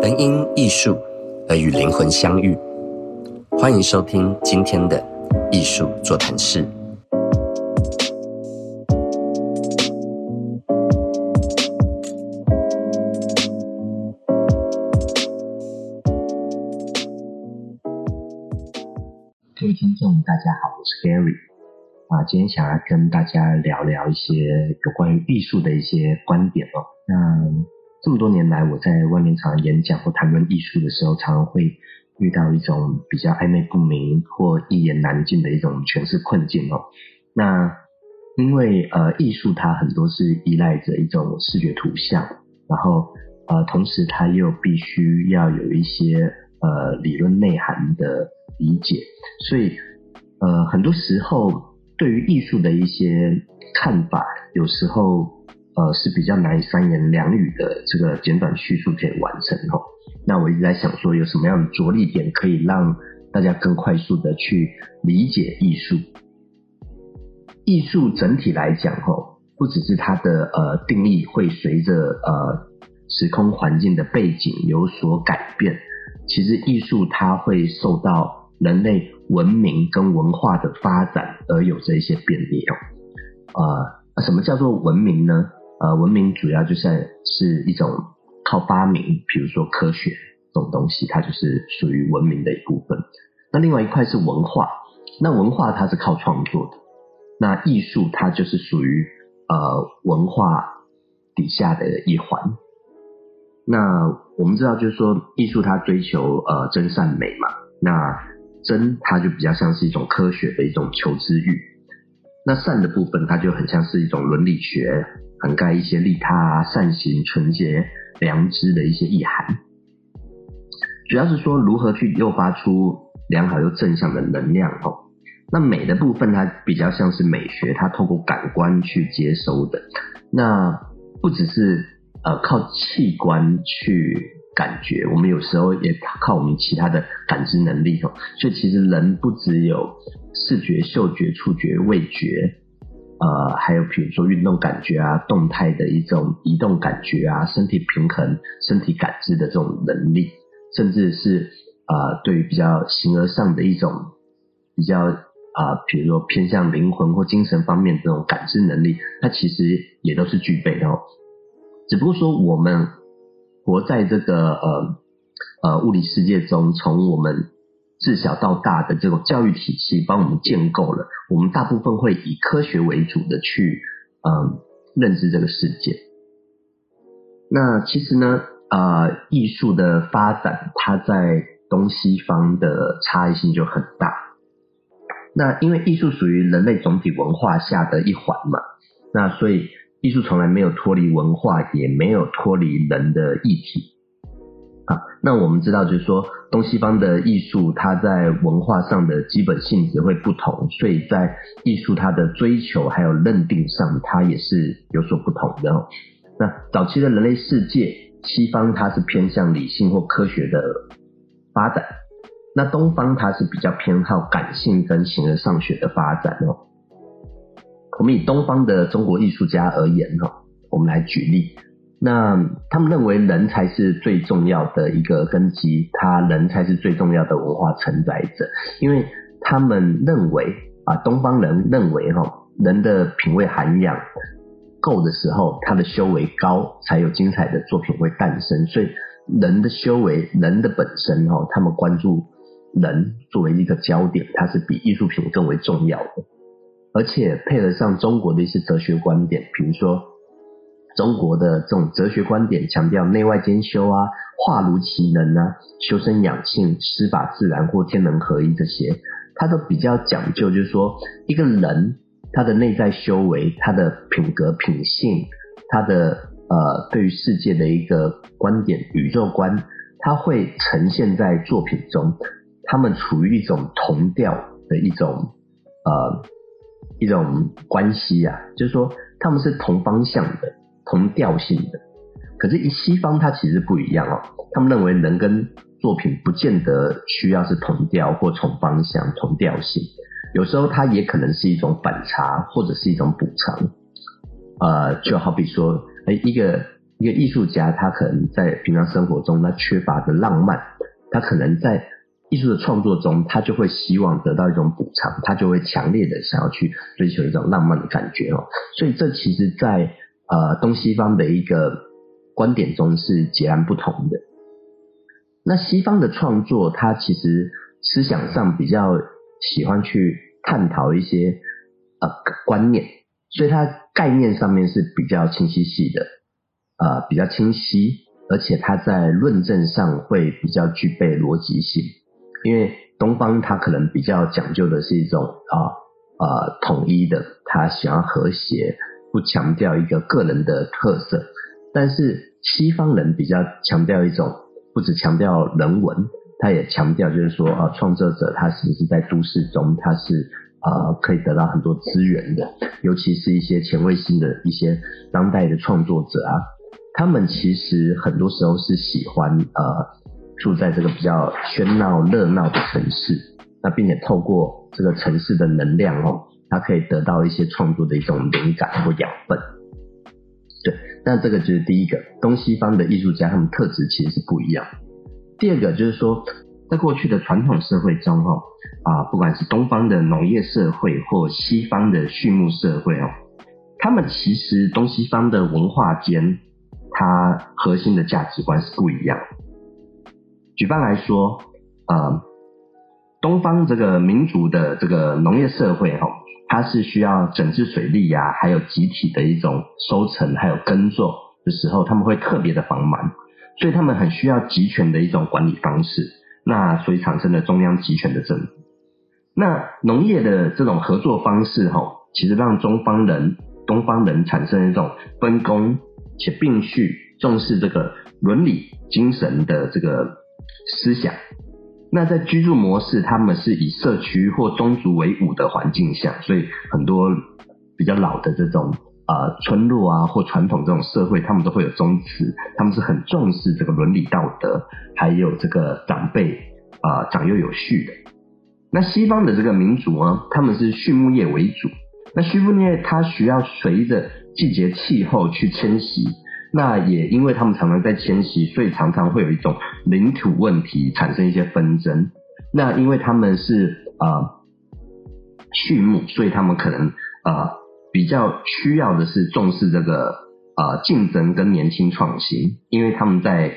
能因艺术而与灵魂相遇。欢迎收听今天的艺术座谈室。 各位听众大家好，我是 Gary。今天想要跟大家聊聊一些有关于艺术的一些观点哦。那这么多年来，我在外面常常演讲或谈论艺术的时候，常常会遇到一种比较暧昧不明或一言难尽的一种诠释困境哦。那因为艺术它很多是依赖着一种视觉图像，然后同时它又必须要有一些理论内涵的理解，所以很多时候对于艺术的一些看法，有时候是比较难以三言两语的这个简短叙述可以完成哦。那我一直在想说，有什么样的着力点可以让大家更快速的去理解艺术？艺术整体来讲不只是它的定义会随着时空环境的背景有所改变，其实艺术它会受到人类文明跟文化的发展而有着一些变裂什么叫做文明呢？文明主要就是一种靠发明，比如说科学这种东西，它就是属于文明的一部分。那另外一块是文化，那文化它是靠创作的，那艺术它就是属于文化底下的一环。那我们知道就是说艺术它追求真善美嘛，那真它就比较像是一种科学的一种求知欲，那善的部分它就很像是一种伦理学，涵盖一些利他善行、纯洁、良知的一些意涵，主要是说如何去诱发出良好又正向的能量那美的部分它比较像是美学，它透过感官去接收的，那不只是靠器官去感觉，我们有时候也靠我们其他的感知能力所以其实人不只有视觉、嗅觉、触觉、味觉还有比如说运动感觉动态的一种移动感觉身体平衡、身体感知的这种能力，甚至是对于比较形而上的一种比较比如说偏向灵魂或精神方面的这种感知能力，它其实也都是具备的只不过说我们活在这个物理世界中，从我们自小到大的这种教育体系帮我们建构了，我们大部分会以科学为主的去认知这个世界。那其实呢艺术的发展它在东西方的差异性就很大，那因为艺术属于人类总体文化下的一环嘛，那所以艺术从来没有脱离文化，也没有脱离人的议题那我们知道就是说东西方的艺术它在文化上的基本性质会不同，所以在艺术它的追求还有认定上它也是有所不同的那早期的人类世界，西方它是偏向理性或科学的发展，那东方它是比较偏好感性跟形而上学的发展我们以东方的中国艺术家而言我们来举例，那他们认为人才是最重要的一个根基，人才是最重要的文化承载者，因为他们认为东方人认为人的品味涵养够的时候，他的修为高，才有精彩的作品会诞生，所以人的修为，人的本身他们关注人作为一个焦点，它是比艺术品更为重要的，而且配合上中国的一些哲学观点，比如说中国的这种哲学观点强调内外兼修化如其人修身养性、师法自然或天人合一，这些它都比较讲究，就是说一个人他的内在修为、他的品格品性、他的对于世界的一个观点、宇宙观，它会呈现在作品中，他们处于一种同调的一种关系就是说他们是同方向的、同调性的。可是西方它其实不一样他们认为人跟作品不见得需要是同调或同方向、同调性，有时候它也可能是一种反差或者是一种补偿就好比说一个一个艺术家他可能在平常生活中他缺乏的浪漫，他可能在艺术的创作中他就会希望得到一种补偿，他就会强烈的想要去追求一种浪漫的感觉所以这其实在东西方的一个观点中是截然不同的。那西方的创作它其实思想上比较喜欢去探讨一些观念，所以它概念上面是比较清晰系的，比较清晰，而且它在论证上会比较具备逻辑性。因为东方它可能比较讲究的是一种统一的，它想要和谐，不强调一个个人的特色。但是西方人比较强调一种，不只强调人文，他也强调就是说创作者他其实是在都市中，他是可以得到很多资源的，尤其是一些前卫性的一些当代的创作者他们其实很多时候是喜欢住在这个比较喧闹热闹的城市，那并且透过这个城市的能量他可以得到一些创作的一种灵感或养分。对，那这个就是第一个，东西方的艺术家他们特质其实是不一样。第二个就是说，在过去的传统社会中不管是东方的农业社会或西方的畜牧社会他们其实东西方的文化间它核心的价值观是不一样的。举办来说东方这个民族的这个农业社会它是需要整治水利还有集体的一种收成还有耕作的时候，他们会特别的繁忙，所以他们很需要集权的一种管理方式，那所以产生了中央集权的政府。那农业的这种合作方式其实让东方人产生一种分工且并蓄重视这个伦理精神的这个思想。那在居住模式他们是以社区或宗族为伍的环境下，所以很多比较老的这种村落或传统这种社会，他们都会有宗祠，他们是很重视这个伦理道德还有这个长辈长幼有序的。那西方的这个民族呢，他们是畜牧业为主，那畜牧业它需要随着季节气候去迁徙，那也因为他们常常在迁徙，所以常常会有一种领土问题产生一些纷争。那因为他们是畜牧，所以他们可能比较需要的是重视这个竞争跟年轻创新，因为他们在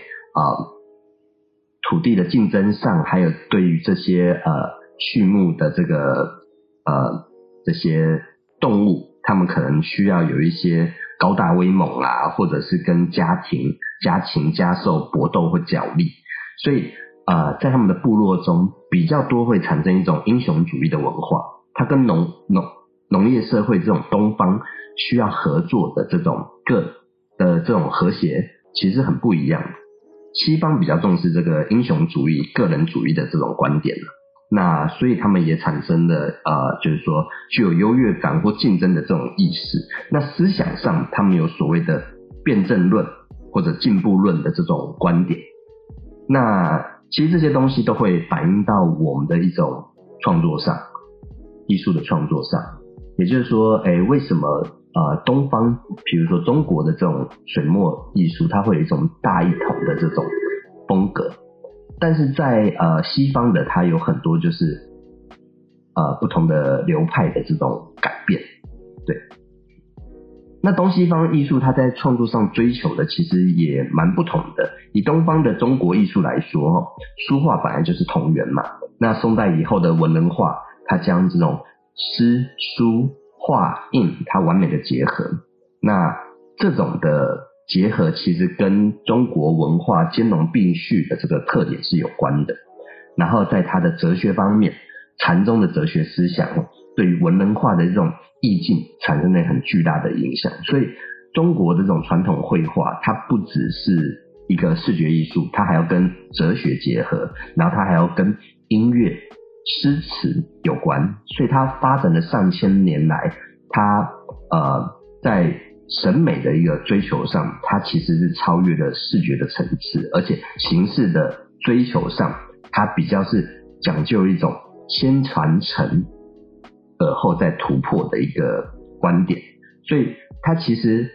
土地的竞争上，还有对于这些畜牧的这个这些动物，他们可能需要有一些高大威猛或者是跟家庭家禽家兽搏斗或角力，所以在他们的部落中比较多会产生一种英雄主义的文化，它跟农业社会这种东方需要合作的这种这种和谐其实很不一样的。西方比较重视这个英雄主义个人主义的这种观点，那所以他们也产生了就是说具有优越感或竞争的这种意识。那思想上他们有所谓的辩证论或者进步论的这种观点，那其实这些东西都会反映到我们的一种创作上，艺术的创作上。也就是说为什么东方比如说中国的这种水墨艺术它会有一种大一统的这种风格，但是在西方的它有很多就是不同的流派的这种改变。对，那东西方艺术它在创作上追求的其实也蛮不同的。以东方的中国艺术来说书画本来就是同源嘛，那宋代以后的文人画它将这种诗书画印它完美的结合，那这种的结合其实跟中国文化兼容并蓄的这个特点是有关的。然后在它的哲学方面，禅宗的哲学思想对于文人画的这种意境产生了很巨大的影响。所以中国的这种传统绘画它不只是一个视觉艺术，它还要跟哲学结合，然后它还要跟音乐诗词有关，所以它发展了上千年来，它在审美的一个追求上，它其实是超越了视觉的层次，而且形式的追求上，它比较是讲究一种先传承而后再突破的一个观点。所以它其实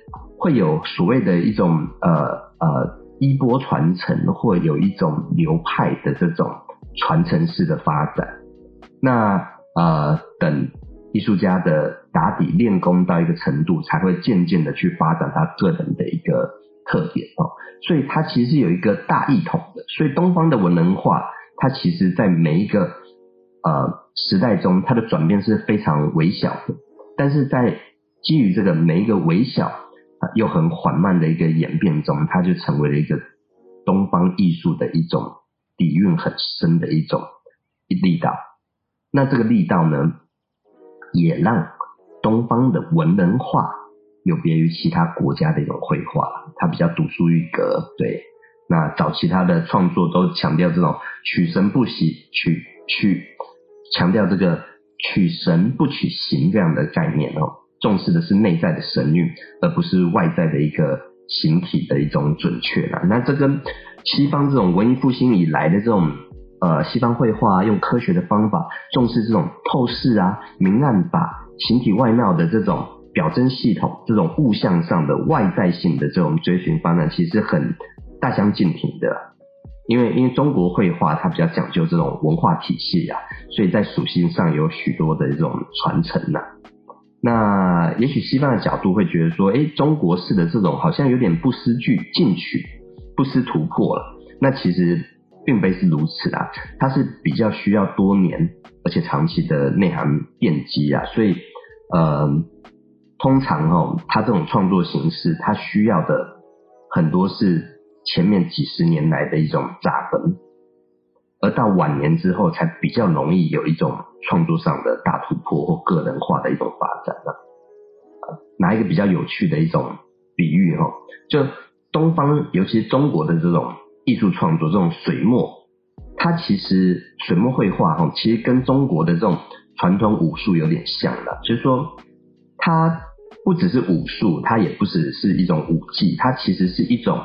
会有所谓的一种衣钵传承，或有一种流派的这种传承式的发展。那等艺术家的打底练功到一个程度，才会渐渐的去发展他个人的一个特点所以它其实有一个大一统的。所以东方的文人画，它其实在每一个时代中，它的转变是非常微小的，但是在基于这个每一个微小又很缓慢的一个演变中，它就成为了一个东方艺术的一种底蕴很深的一种力道。那这个力道呢，也让东方的文人画有别于其他国家的一种绘画，它比较独树一格。对，那早期他的创作都强调这种取神不息，强调这个取神不取形这样的概念重视的是内在的神韵，而不是外在的一个形体的一种准确啦。那这跟西方这种文艺复兴以来的这种西方绘画用科学的方法重视这种透视啊、明暗法、形体外貌的这种表征系统，这种物象上的外在性的这种追寻方案，其实很大相径庭的。因为中国绘画它比较讲究这种文化体系啊，所以在属性上有许多的这种传承啊。那也许西方的角度会觉得说，中国式的这种好像有点不思进取、不思突破了。那其实并非是如此啊，它是比较需要多年而且长期的内涵奠基啊，所以通常它这种创作形式，它需要的很多是前面几十年来的一种扎根，而到晚年之后才比较容易有一种创作上的大突破或个人化的一种发展拿一个比较有趣的一种比喻就东方尤其是中国的这种艺术创作，这种水墨，它其实水墨绘画其实跟中国的这种传统武术有点像的，就是说它不只是武术，它也不只是一种武技，它其实是一种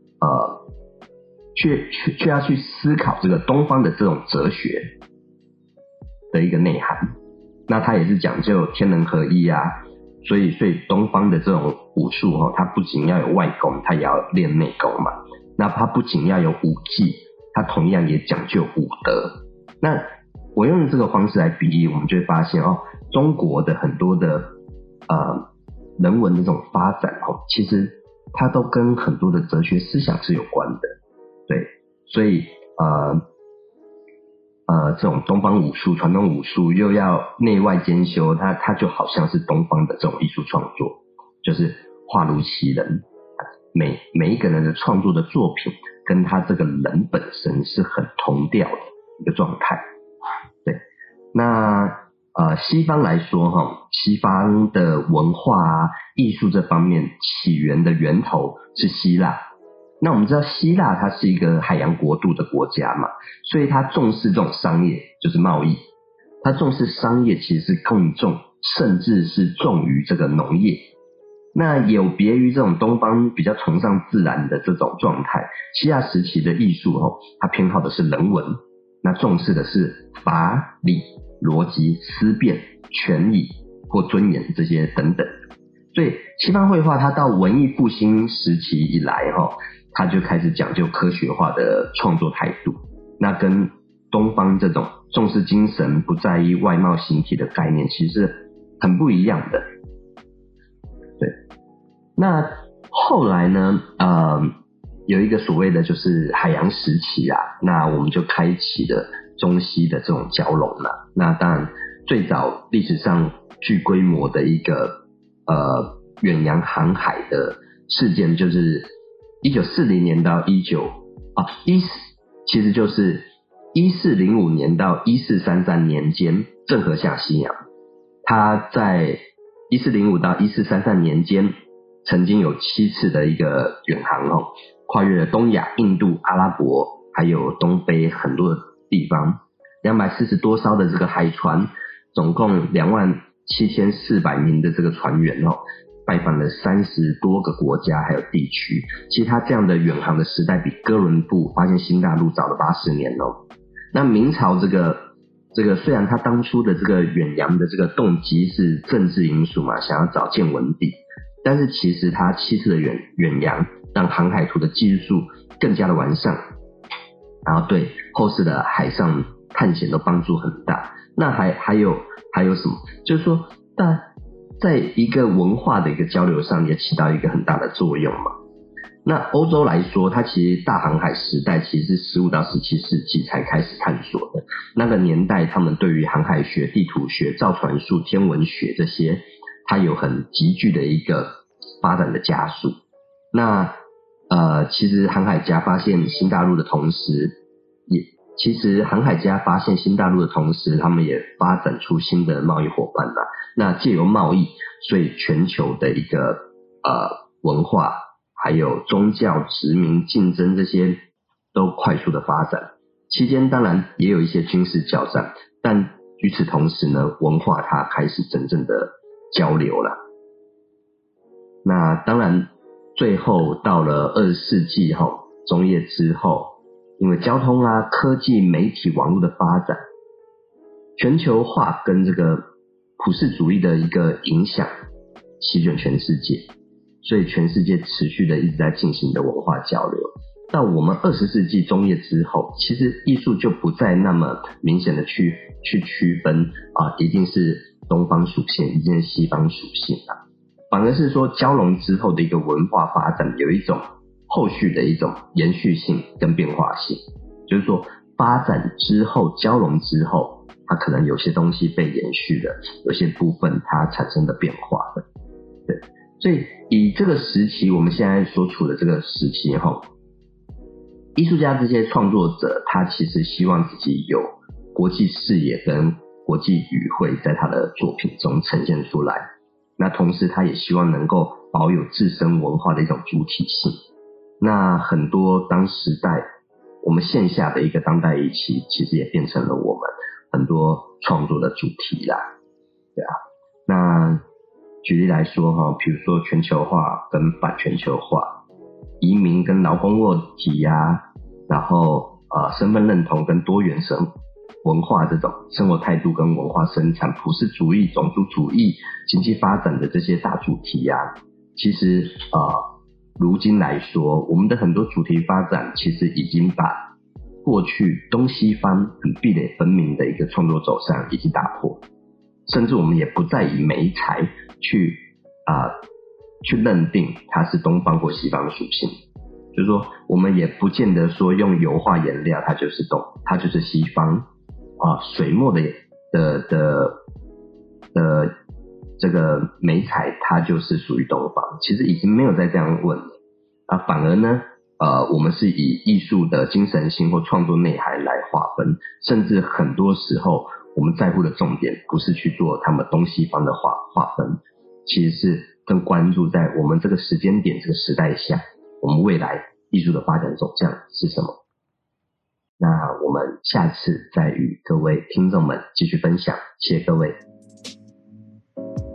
却要去思考这个东方的这种哲学的一个内涵。那它也是讲究天人合一啊，所以东方的这种武术它不仅要有外功，它也要练内功嘛。那它不仅要有武技，它同样也讲究武德。那我用这个方式来比喻，我们就会发现中国的很多的人文的这种发展其实它都跟很多的哲学思想是有关的。对，所以这种东方武术、传统武术又要内外兼修，它就好像是东方的这种艺术创作，就是画如其人。每一个人的创作的作品跟他这个人本身是很同调的一个状态。对，那西方来说西方的文化啊、艺术这方面起源的源头是希腊。那我们知道希腊它是一个海洋国度的国家嘛，所以它重视这种商业，就是贸易。它重视商业其实是更重，甚至是重于这个农业。那有别于这种东方比较崇尚自然的这种状态，希腊时期的艺术它偏好的是人文，那重视的是法理、逻辑、思辨、权益或尊严这些等等。所以西方绘画它到文艺复兴时期以来它就开始讲究科学化的创作态度，那跟东方这种重视精神不在意外貌形体的概念其实很不一样的。对，那后来呢有一个所谓的就是海洋时期啊，那我们就开启了中西的这种交融了。那当然最早历史上具规模的一个远洋航海的事件就是1940年到其实就是1405年到1433年间郑和下西洋。他在1405到1433年间曾经有7次的一个远航跨越了东亚、印度、阿拉伯还有东非很多的地方，240多艘的这个海船，总共27400名的这个船员拜访了30多个国家还有地区。其实他这样的远航的时代比哥伦布发现新大陆早了80年那明朝这个虽然他当初的这个远洋的这个动机是政治因素嘛，想要找建文帝， 但是其实它7次的远洋让航海图的技术更加的完善，然后对后世的海上探险都帮助很大。那还有什么？就是说，在一个文化的一个交流上也起到一个很大的作用嘛。那欧洲来说，它其实大航海时代其实是15到17世纪才开始探索的。那个年代，他们对于航海学、地图学、造船术、天文学这些，它有很急剧的一个发展的加速。那其实航海家发现新大陆的同时，他们也发展出新的贸易伙伴啦。那借由贸易，所以全球的一个文化，还有宗教、殖民、竞争这些都快速的发展。期间当然也有一些军事交战，但与此同时呢，文化它开始真正的交流了。那当然最后到了20世纪中叶之后，因为交通啊、科技、媒体、网络的发展，全球化跟这个普世主义的一个影响席卷全世界，所以全世界持续的一直在进行的文化交流。到我们20世纪中叶之后，其实艺术就不再那么明显的去区分一定是东方属性，一定是西方属性反而是说交融之后的一个文化发展有一种后续的一种延续性跟变化性，就是说发展之后、交融之后，它可能有些东西被延续了，有些部分它产生的变化了。对，所以以这个时期，我们现在所处的这个时期艺术家这些创作者，他其实希望自己有国际视野跟国际语汇在他的作品中呈现出来。那同时他也希望能够保有自身文化的一种主体性。那很多当时代我们线下的一个当代艺期，其实也变成了我们很多创作的主题啦。对啊，那举例来说比如说全球化跟反全球化，移民跟劳工问题然后身份认同跟多元文化这种生活态度跟文化生产、普世主义、种族主义、经济发展的这些大主题其实如今来说，我们的很多主题发展其实已经把过去东西方很壁垒分明的一个创作走向已经打破，甚至我们也不再以媒材去认定它是东方或西方的属性。就是说我们也不见得说用油画颜料它就是西方水墨的这个媒材它就是属于东方，其实已经没有再这样问了反而呢我们是以艺术的精神性或创作内涵来划分，甚至很多时候我们在乎的重点不是去做他们东西方的划分，其实是更关注在我们这个时间点、这个时代下，我们未来艺术的发展走向是什么。那我们下次再与各位听众们继续分享，谢谢各位。